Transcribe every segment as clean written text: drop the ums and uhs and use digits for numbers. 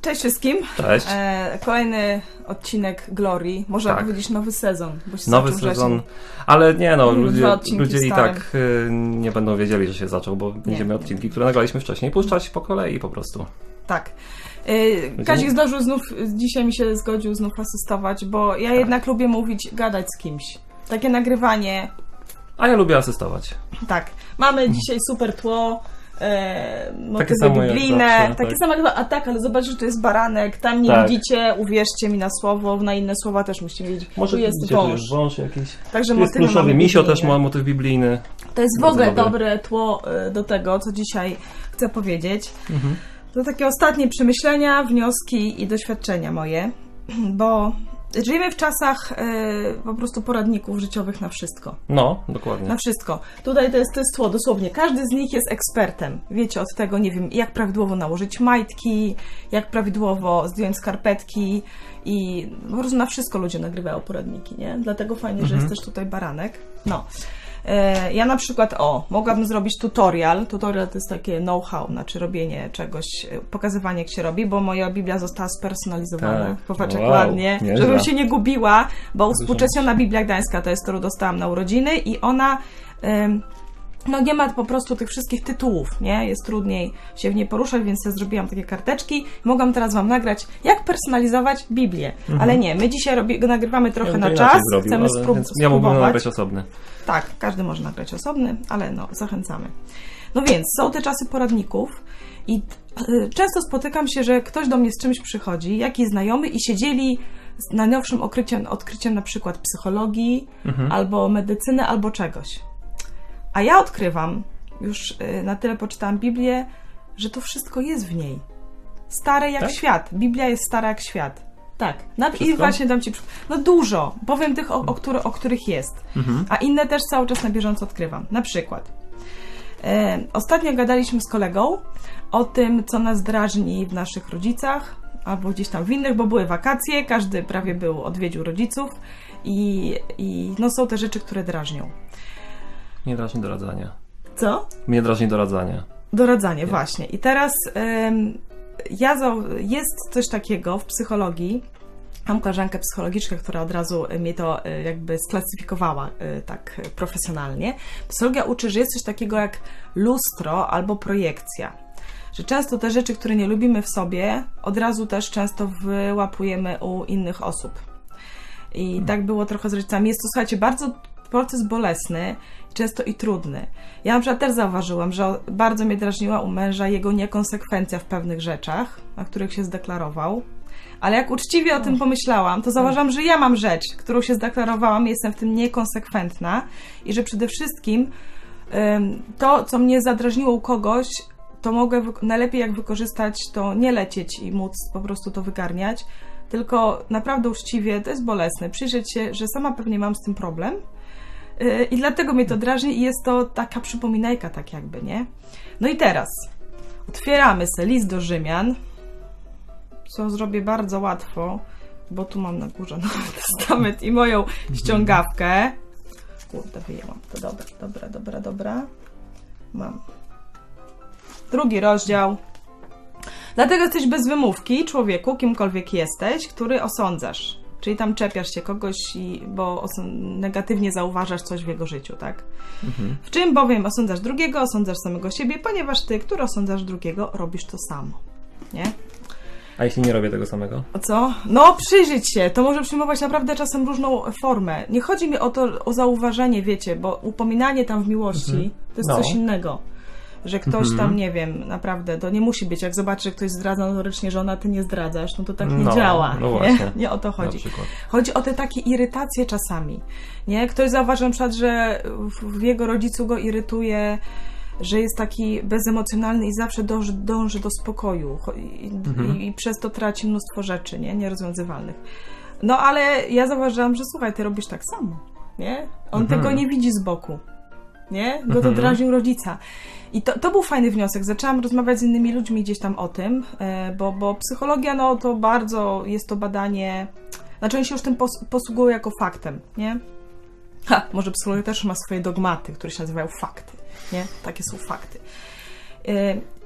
Cześć wszystkim. Cześć. Kolejny odcinek Glorii. Można powiedzieć nowy sezon. Bo się nowy sezon, ale nie no, ludzie i tak nie będą wiedzieli, że się zaczął, bo będziemy odcinki, które nagraliśmy wcześniej, puszczać po kolei po prostu. Tak. Kazik zdążył znów, dzisiaj mi się zgodził znów asystować, bo ja jednak lubię mówić, gadać z kimś. Takie nagrywanie. A ja lubię asystować. Tak. Mamy dzisiaj super tło. Motywy biblijne, takie same chyba, ale zobaczcie, że to jest baranek, tam nie widzicie, uwierzcie mi na słowo, na inne słowa też musimy wiedzieć. Może tu jest wąż jakiś. Także jest pluszowy misio też ma motyw biblijny. To jest w ogóle dobre tło do tego, co dzisiaj chcę powiedzieć. To takie ostatnie przemyślenia, wnioski i doświadczenia moje, bo żyjemy w czasach po prostu poradników życiowych na wszystko. No, dokładnie. Na wszystko. Tutaj to jest tło, dosłownie. Każdy z nich jest ekspertem. Wiecie, od tego, nie wiem, jak prawidłowo nałożyć majtki, jak prawidłowo zdjąć skarpetki i po prostu na wszystko ludzie nagrywają poradniki, nie? Dlatego fajnie, że jest też tutaj baranek. No. Ja na przykład, mogłabym zrobić tutorial. Tutorial to jest takie know-how, znaczy robienie czegoś, pokazywanie jak się robi, bo moja Biblia została spersonalizowana. Tak. Popatrz jak ładnie, nieźle. Żebym się nie gubiła, bo Współczesna Biblia Gdańska to jest, którą dostałam na urodziny i ona nie ma po prostu tych wszystkich tytułów, nie? Jest trudniej się w niej poruszać, więc ja zrobiłam takie karteczki. Mogłam teraz Wam nagrać, jak personalizować Biblię. Ale nie, my dzisiaj nagrywamy trochę na czas, chcemy spróbować. Ja mógłbym nagrać osobny. Tak, każdy może nagrać osobny, ale zachęcamy. No więc, są te czasy poradników i często spotykam się, że ktoś do mnie z czymś przychodzi, jakiś znajomy i się dzieli z najnowszym odkryciem na przykład psychologii, albo medycyny, albo czegoś. A ja odkrywam, już na tyle poczytałam Biblię, że to wszystko jest w niej. Stare jak świat. Biblia jest stara jak świat. Tak. I właśnie dam Ci dużo. Powiem tych, o których jest. A inne też cały czas na bieżąco odkrywam. Na przykład. Ostatnio gadaliśmy z kolegą o tym, co nas drażni w naszych rodzicach, albo gdzieś tam w innych, bo były wakacje, każdy prawie odwiedził rodziców i są te rzeczy, które drażnią. Mnie drażni doradzanie. Co? Mnie drażni doradzanie. Doradzanie, właśnie. I teraz jest coś takiego w psychologii. Mam koleżankę psychologiczkę, która od razu mnie to jakby sklasyfikowała tak profesjonalnie. Psychologia uczy, że jest coś takiego jak lustro albo projekcja. Że często te rzeczy, które nie lubimy w sobie, od razu też często wyłapujemy u innych osób. I tak było trochę z rodzicami. Jest to, słuchajcie, bardzo proces bolesny, często i trudny. Ja na przykład też zauważyłam, że bardzo mnie drażniła u męża jego niekonsekwencja w pewnych rzeczach, na których się zdeklarował. Ale jak uczciwie o tym pomyślałam, to zauważyłam, że ja mam rzecz, którą się zdeklarowałam, jestem w tym niekonsekwentna i że przede wszystkim to, co mnie zadrażniło u kogoś, to mogę najlepiej jak wykorzystać, to nie lecieć i móc po prostu to wygarniać, tylko naprawdę uczciwie, to jest bolesne, przyjrzeć się, że sama pewnie mam z tym problem i dlatego mnie to drażni i jest to taka przypominajka tak jakby, nie? No i teraz otwieramy sobie list do Rzymian, co zrobię bardzo łatwo, bo tu mam na górze Nowy Testament i moją ściągawkę. Kurde, wyjęłam to, dobra. Mam. 2 rozdział. Dlatego jesteś bez wymówki, człowieku, kimkolwiek jesteś, który osądzasz. Czyli tam czepiasz się kogoś, bo negatywnie zauważasz coś w jego życiu, tak? W czym bowiem osądzasz drugiego, osądzasz samego siebie, ponieważ ty, który osądzasz drugiego, robisz to samo, nie? A jeśli nie robię tego samego? Co? No, przyjrzeć się. To może przyjmować naprawdę czasem różną formę. Nie chodzi mi o zauważenie, wiecie, bo upominanie tam w miłości to jest coś innego. Że ktoś tam, nie wiem, naprawdę, to nie musi być, jak zobaczy, że ktoś zdradza notorycznie żona, ty nie zdradzasz, no to tak nie działa. No nie o to chodzi. Chodzi o te takie irytacje czasami. Nie? Ktoś zauważy na przykład, że w jego rodzicu go irytuje, że jest taki bezemocjonalny i zawsze dąży do spokoju i przez to traci mnóstwo rzeczy, nierozwiązywalnych. No ale ja zauważyłam, że słuchaj, ty robisz tak samo, nie? On tego nie widzi z boku, nie? Go to drażnił rodzica. I to był fajny wniosek. Zaczęłam rozmawiać z innymi ludźmi gdzieś tam o tym, bo psychologia, to bardzo jest to badanie, znaczy oni się już tym posługują jako faktem, nie? Może psychologia też ma swoje dogmaty, które się nazywają fakty, nie? Takie są fakty.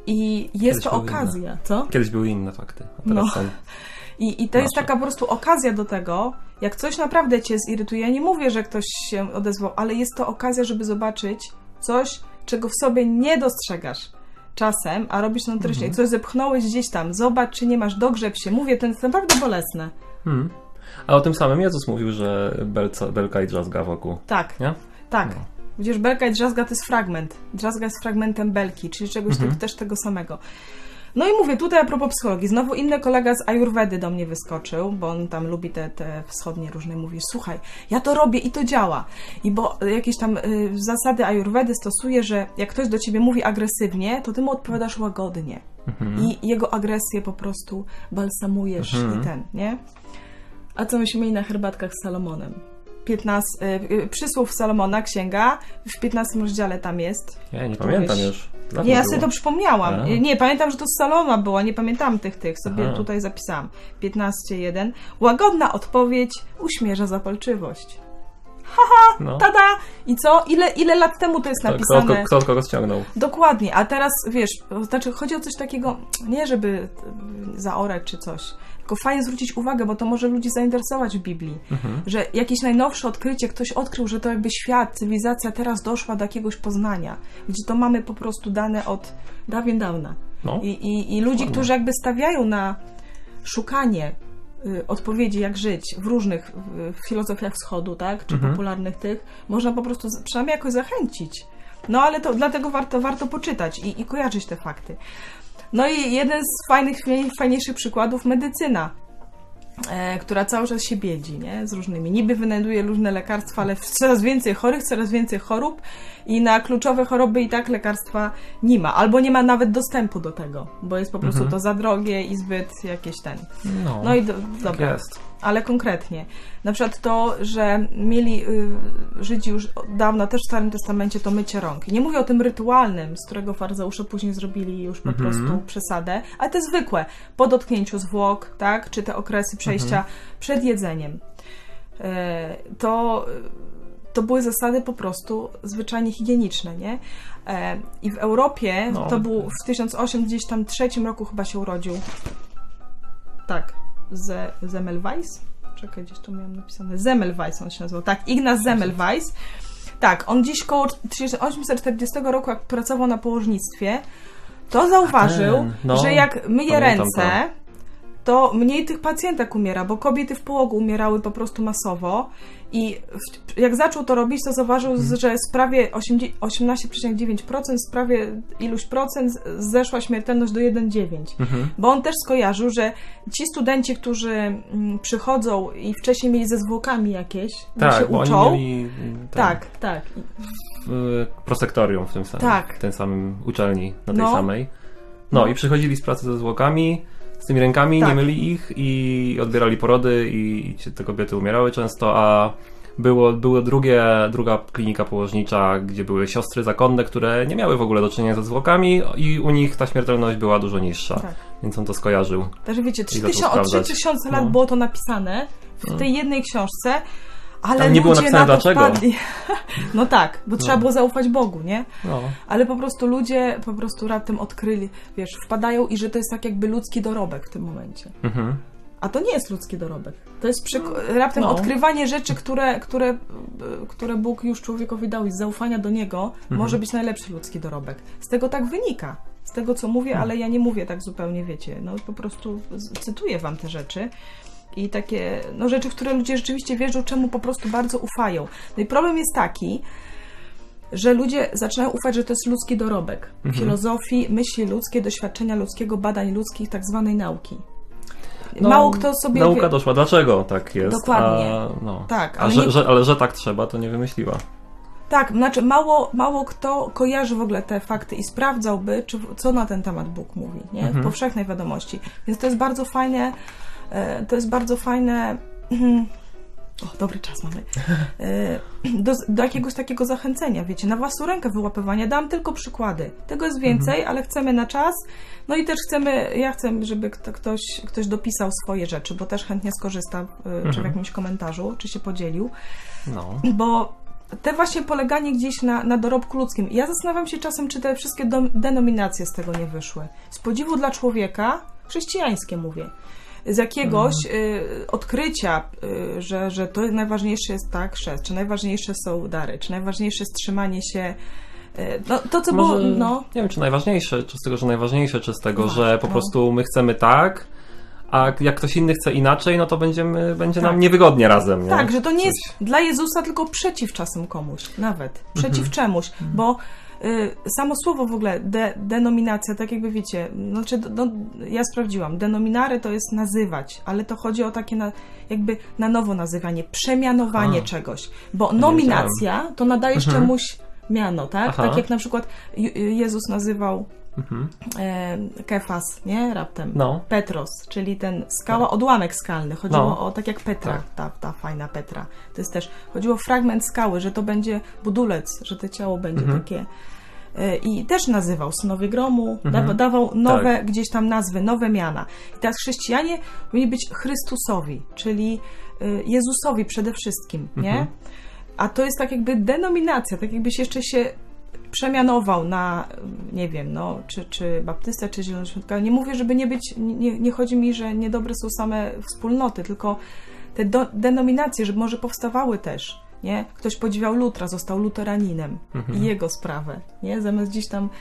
I jest to okazja, co? Kiedyś były inne fakty, a teraz są... I to jest taka po prostu okazja do tego, jak coś naprawdę cię zirytuje. Ja nie mówię, że ktoś się odezwał, ale jest to okazja, żeby zobaczyć coś, czego w sobie nie dostrzegasz czasem, a robisz to notorycznie. Coś zepchnąłeś gdzieś tam, zobacz, czy nie masz, dogrzeb się. Mówię, to jest naprawdę bolesne. A o tym samym Jezus mówił, że belka i drzazga wokół. Tak, nie? tak. No. Widzisz, belka i drzazga to jest fragment. Drzazga jest fragmentem belki, czyli czegoś też tego samego. No i mówię, tutaj a propos psychologii, znowu inny kolega z Ajurwedy do mnie wyskoczył, bo on tam lubi te wschodnie różne, mówi, słuchaj, ja to robię i to działa. I bo jakieś tam zasady Ajurwedy stosuje, że jak ktoś do ciebie mówi agresywnie, to ty mu odpowiadasz łagodnie. I jego agresję po prostu balsamujesz i nie? A co myśmy mieli na herbatkach z Salomonem? Przysłów Salomona, księga, w 15 rozdziale tam jest. Ja nie pamiętam już. Nie, ja sobie to przypomniałam. Nie, pamiętam, że to z Saloma było, nie pamiętam tych, sobie tutaj zapisałam. 15:1. Łagodna odpowiedź uśmierza zapalczywość. Haha, tada! I co? Ile lat temu to jest napisane? Kto od kogo ściągnął? Dokładnie, a teraz, wiesz, znaczy chodzi o coś takiego, nie żeby zaorać czy coś, tylko fajnie zwrócić uwagę, bo to może ludzi zainteresować w Biblii, że jakieś najnowsze odkrycie, ktoś odkrył, że to jakby świat, cywilizacja teraz doszła do jakiegoś poznania, gdzie to mamy po prostu dane od dawna. No. I ludzi, którzy jakby stawiają na szukanie odpowiedzi, jak żyć w różnych filozofiach wschodu, tak, czy popularnych tych, można po prostu przynajmniej jakoś zachęcić. No ale to dlatego warto poczytać i kojarzyć te fakty. No i jeden z fajniejszych przykładów, medycyna, która cały czas się biedzi, nie? Z różnymi. Niby wynajduje różne lekarstwa, ale coraz więcej chorych, coraz więcej chorób i na kluczowe choroby i tak lekarstwa nie ma. Albo nie ma nawet dostępu do tego, bo jest po prostu to za drogie i zbyt jakieś No i dobra. Jest. Ale konkretnie. Na przykład to, że mieli Żydzi już od dawna, też w Starym Testamencie, to mycie rąk. Nie mówię o tym rytualnym, z którego faryzeusze później zrobili już po prostu przesadę, ale te zwykłe, po dotknięciu zwłok, tak, czy te okresy przejścia przed jedzeniem. To były zasady po prostu zwyczajnie higieniczne, nie? I w Europie, to był w 1803 roku chyba się urodził. Tak. Semmelweis? Czekaj, gdzieś tu miałam napisane. Semmelweis on się nazywał. Tak, Ignaz Semmelweis. Tak, on dziś koło 1840 roku, jak pracował na położnictwie, to zauważył, że jak myje ręce, to mniej tych pacjentek umiera, bo kobiety w połogu umierały po prostu masowo i jak zaczął to robić, to zauważył, że z prawie 18,9% z prawie iluś procent zeszła śmiertelność do 1,9%. Bo on też skojarzył, że ci studenci, którzy przychodzą i wcześniej mieli ze zwłokami jakieś, się uczą. Oni mieli tak. Prosektorium w tym samym uczelni, na tej samej. I przychodzili z pracy ze zwłokami, z tymi rękami, nie myli ich i odbierali porody i te kobiety umierały często, a druga klinika położnicza, gdzie były siostry zakonne, które nie miały w ogóle do czynienia ze zwłokami i u nich ta śmiertelność była dużo niższa. Tak. Więc on to skojarzył. Także wiecie, 3000 lat było to napisane w tej jednej książce, ale nie było napisane dlaczego. Wpadli. No tak, bo trzeba było zaufać Bogu, nie? Ale po prostu ludzie raptem odkryli, wiesz, wpadają i że to jest tak jakby ludzki dorobek w tym momencie. A to nie jest ludzki dorobek. To jest raptem odkrywanie rzeczy, które Bóg już człowiekowi dał i z zaufania do Niego może być najlepszy ludzki dorobek. Z tego tak wynika. Z tego, co mówię, ale ja nie mówię tak zupełnie, wiecie. No po prostu cytuję wam te rzeczy. I takie rzeczy, w które ludzie rzeczywiście wierzą, czemu po prostu bardzo ufają. No i problem jest taki, że ludzie zaczynają ufać, że to jest ludzki dorobek. Filozofii, myśli ludzkie, doświadczenia ludzkiego, badań ludzkich, tak zwanej nauki. Mało kto sobie... Nauka doszła. Dlaczego tak jest? Dokładnie. Tak, ale że tak trzeba, to nie wymyśliła. Tak, znaczy mało kto kojarzy w ogóle te fakty i sprawdzałby, co na ten temat Bóg mówi, nie? W powszechnej wiadomości. Więc to jest bardzo fajne... dobry czas mamy. Do jakiegoś takiego zachęcenia, wiecie, na własną rękę wyłapywania. Dam tylko przykłady. Tego jest więcej, ale chcemy na czas. No i też ja chcę, żeby ktoś dopisał swoje rzeczy, bo też chętnie skorzysta, czy w jakimś komentarzu, czy się podzielił. Bo te właśnie poleganie gdzieś na dorobku ludzkim. Ja zastanawiam się czasem, czy te wszystkie denominacje z tego nie wyszły. Z podziwu dla człowieka, chrześcijańskie mówię, z jakiegoś odkrycia, że to najważniejsze jest chrzest, czy najważniejsze są dary, czy najważniejsze jest trzymanie się. No, to, co może, było. No. Nie wiem, czy najważniejsze, czy z tego, że najważniejsze, czy z tego, że po prostu my chcemy tak, a jak ktoś inny chce inaczej, no to będzie nam niewygodnie razem. Nie? Tak, że to nie jest dla Jezusa, tylko przeciw czasem komuś, nawet. Przeciw czemuś, bo samo słowo w ogóle, denominacja, tak jakby wiecie, znaczy, ja sprawdziłam, denominary to jest nazywać, ale to chodzi o takie jakby na nowo nazywanie, przemianowanie czegoś, bo nominacja to nadajesz czemuś miano, tak? Tak jak na przykład Jezus nazywał Kefas, nie? Raptem. Petros, czyli ten skała, odłamek skalny. Chodziło o tak jak Petra, ta fajna Petra. To jest też, chodziło o fragment skały, że to będzie budulec, że to ciało będzie takie. I też nazywał synowie gromu, dawał nowe gdzieś tam nazwy, nowe miana. I teraz chrześcijanie mieli być Chrystusowi, czyli Jezusowi przede wszystkim, nie? A to jest tak jakby denominacja, tak jakbyś jeszcze się przemianował na, nie wiem, czy baptysta, czy zielonoświątkowy. Nie mówię, żeby nie być, nie chodzi mi, że niedobre są same wspólnoty, tylko te denominacje, żeby może powstawały też, nie? Ktoś podziwiał Lutra, został luteraninem i jego sprawę, nie? Zamiast gdzieś tam,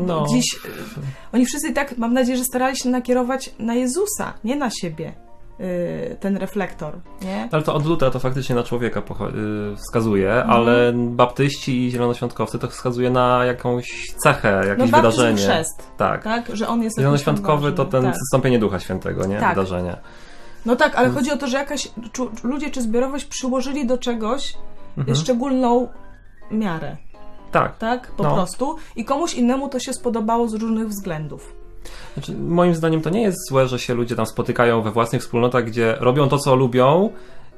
oni wszyscy tak, mam nadzieję, że starali się nakierować na Jezusa, nie na siebie. Ten reflektor, nie? Ale to od Lutra to faktycznie na człowieka wskazuje, ale baptyści i zielonoświątkowcy to wskazuje na jakąś cechę, jakieś wydarzenie. Chrzest, tak? Że on jest zielonoświątkowy to ten zstąpienie Ducha Świętego, nie? Wydarzenie. No tak, ale chodzi o to, że ludzie czy zbiorowość przyłożyli do czegoś szczególną miarę. Tak? Po prostu. I komuś innemu to się spodobało z różnych względów. Znaczy, moim zdaniem to nie jest złe, że się ludzie tam spotykają we własnych wspólnotach, gdzie robią to, co lubią,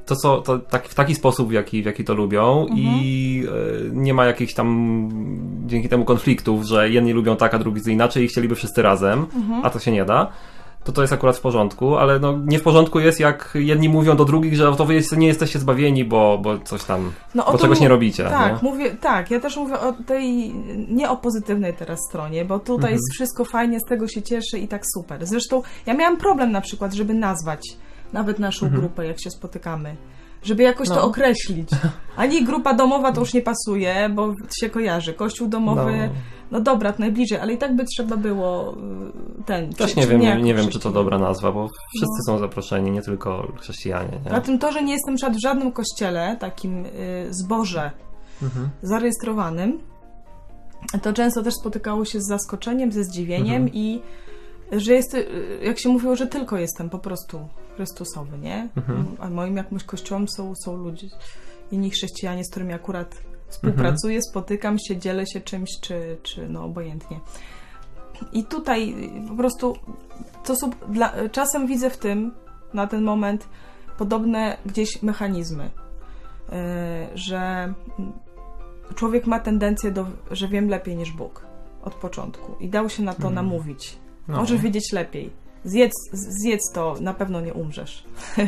w taki sposób, w jaki to lubią i nie ma jakichś tam dzięki temu konfliktów, że jedni lubią tak, a drudzy inaczej i chcieliby wszyscy razem, a to się nie da. To jest akurat w porządku, ale nie w porządku jest, jak jedni mówią do drugich, że to wy nie jesteście zbawieni, bo coś tam, bo czegoś nie robicie. Tak, nie? Ja też mówię o tej, nie o pozytywnej teraz stronie, bo tutaj jest wszystko fajnie, z tego się cieszę i tak super. Zresztą ja miałam problem na przykład, żeby nazwać nawet naszą grupę, jak się spotykamy. Żeby jakoś to określić. Ani grupa domowa to już nie pasuje, bo się kojarzy. Kościół domowy, no dobra, to najbliżej, ale i tak by trzeba było Też nie wiem, czy to dobra nazwa, bo wszyscy są zaproszeni, nie tylko chrześcijanie. Nie? Na tym to, że nie jestem w żadnym kościele, takim zborze zarejestrowanym, to często też spotykało się z zaskoczeniem, ze zdziwieniem i że jest, jak się mówiło, że tylko jestem po prostu Chrystusowy, nie? A moim jakimś kościołem są ludzie, inni chrześcijanie, z którymi akurat współpracuję, spotykam się, dzielę się czymś, czy obojętnie. I tutaj po prostu czasem widzę w tym, na ten moment, podobne gdzieś mechanizmy, że człowiek ma tendencję że wiem lepiej niż Bóg od początku i dał się na to namówić. Możesz wiedzieć lepiej. Zjedz to, na pewno nie umrzesz.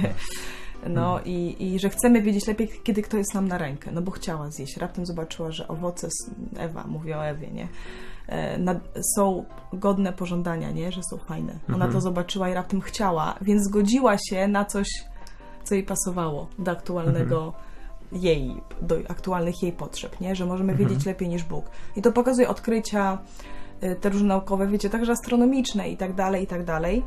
I że chcemy wiedzieć lepiej, kiedy kto jest nam na rękę. No bo chciała zjeść. Raptem zobaczyła, że owoce, Ewa, mówię o Ewie, nie? Są godne pożądania, nie? Że są fajne. Ona to zobaczyła i raptem chciała, więc zgodziła się na coś, co jej pasowało do aktualnego do aktualnych jej potrzeb, nie? Że możemy wiedzieć lepiej niż Bóg. I to pokazuje odkrycia te różne naukowe, wiecie, także astronomiczne i tak dalej,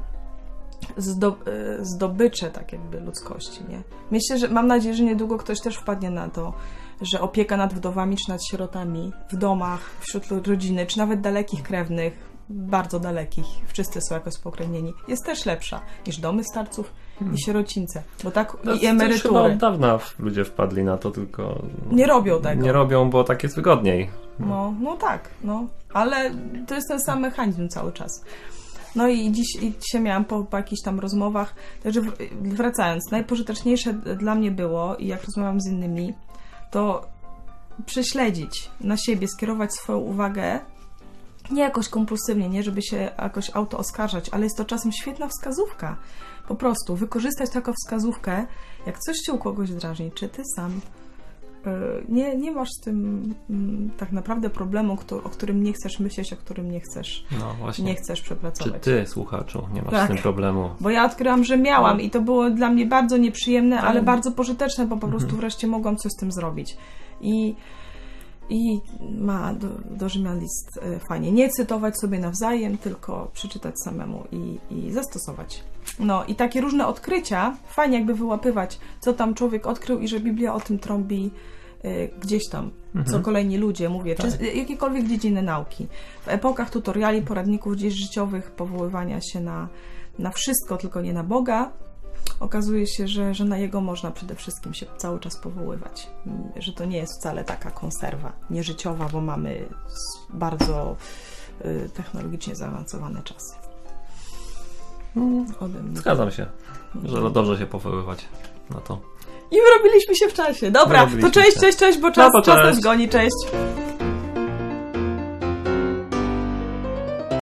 zdobycze tak jakby ludzkości, nie? Myślę, mam nadzieję, że niedługo ktoś też wpadnie na to, że opieka nad wdowami czy nad sierotami w domach, wśród rodziny, czy nawet dalekich krewnych, bardzo dalekich, wszyscy są jakoś spokrewnieni, jest też lepsza niż domy starców i sierocińce, bo tak i emerytury. Chyba od dawna ludzie wpadli na to, tylko nie robią tego. Nie robią, bo tak jest wygodniej. No tak, ale to jest ten sam mechanizm cały czas. No i dzisiaj miałam po jakichś tam rozmowach, także wracając, najpożyteczniejsze dla mnie było, i jak rozmawiam z innymi, to prześledzić na siebie, skierować swoją uwagę, nie jakoś kompulsywnie, nie żeby się jakoś auto-oskarżać, ale jest to czasem świetna wskazówka. Po prostu wykorzystać taką wskazówkę, jak coś cię u kogoś drażni, czy ty sam nie masz z tym tak naprawdę problemu, o którym nie chcesz myśleć, o którym nie chcesz przepracować. Czy ty, słuchaczu, nie masz z tym problemu? Bo ja odkryłam, że miałam i to było dla mnie bardzo nieprzyjemne, ale bardzo pożyteczne, bo po prostu wreszcie mogłam coś z tym zrobić. I ma do Rzymian list fajnie. Nie cytować sobie nawzajem, tylko przeczytać samemu i zastosować. No i takie różne odkrycia, fajnie jakby wyłapywać, co tam człowiek odkrył i że Biblia o tym trąbi gdzieś tam, co kolejni ludzie, mówię, czy jakiekolwiek dziedziny nauki. W epokach tutoriali, poradników gdzieś życiowych, powoływania się na wszystko, tylko nie na Boga, okazuje się, że na Jego można przede wszystkim się cały czas powoływać. Że to nie jest wcale taka konserwa nieżyciowa, bo mamy bardzo technologicznie zaawansowane czasy. Zgadzam się, że dobrze się powoływać na to. I wyrobiliśmy się w czasie. Dobra, to cześć, bo czas nas goni. Cześć.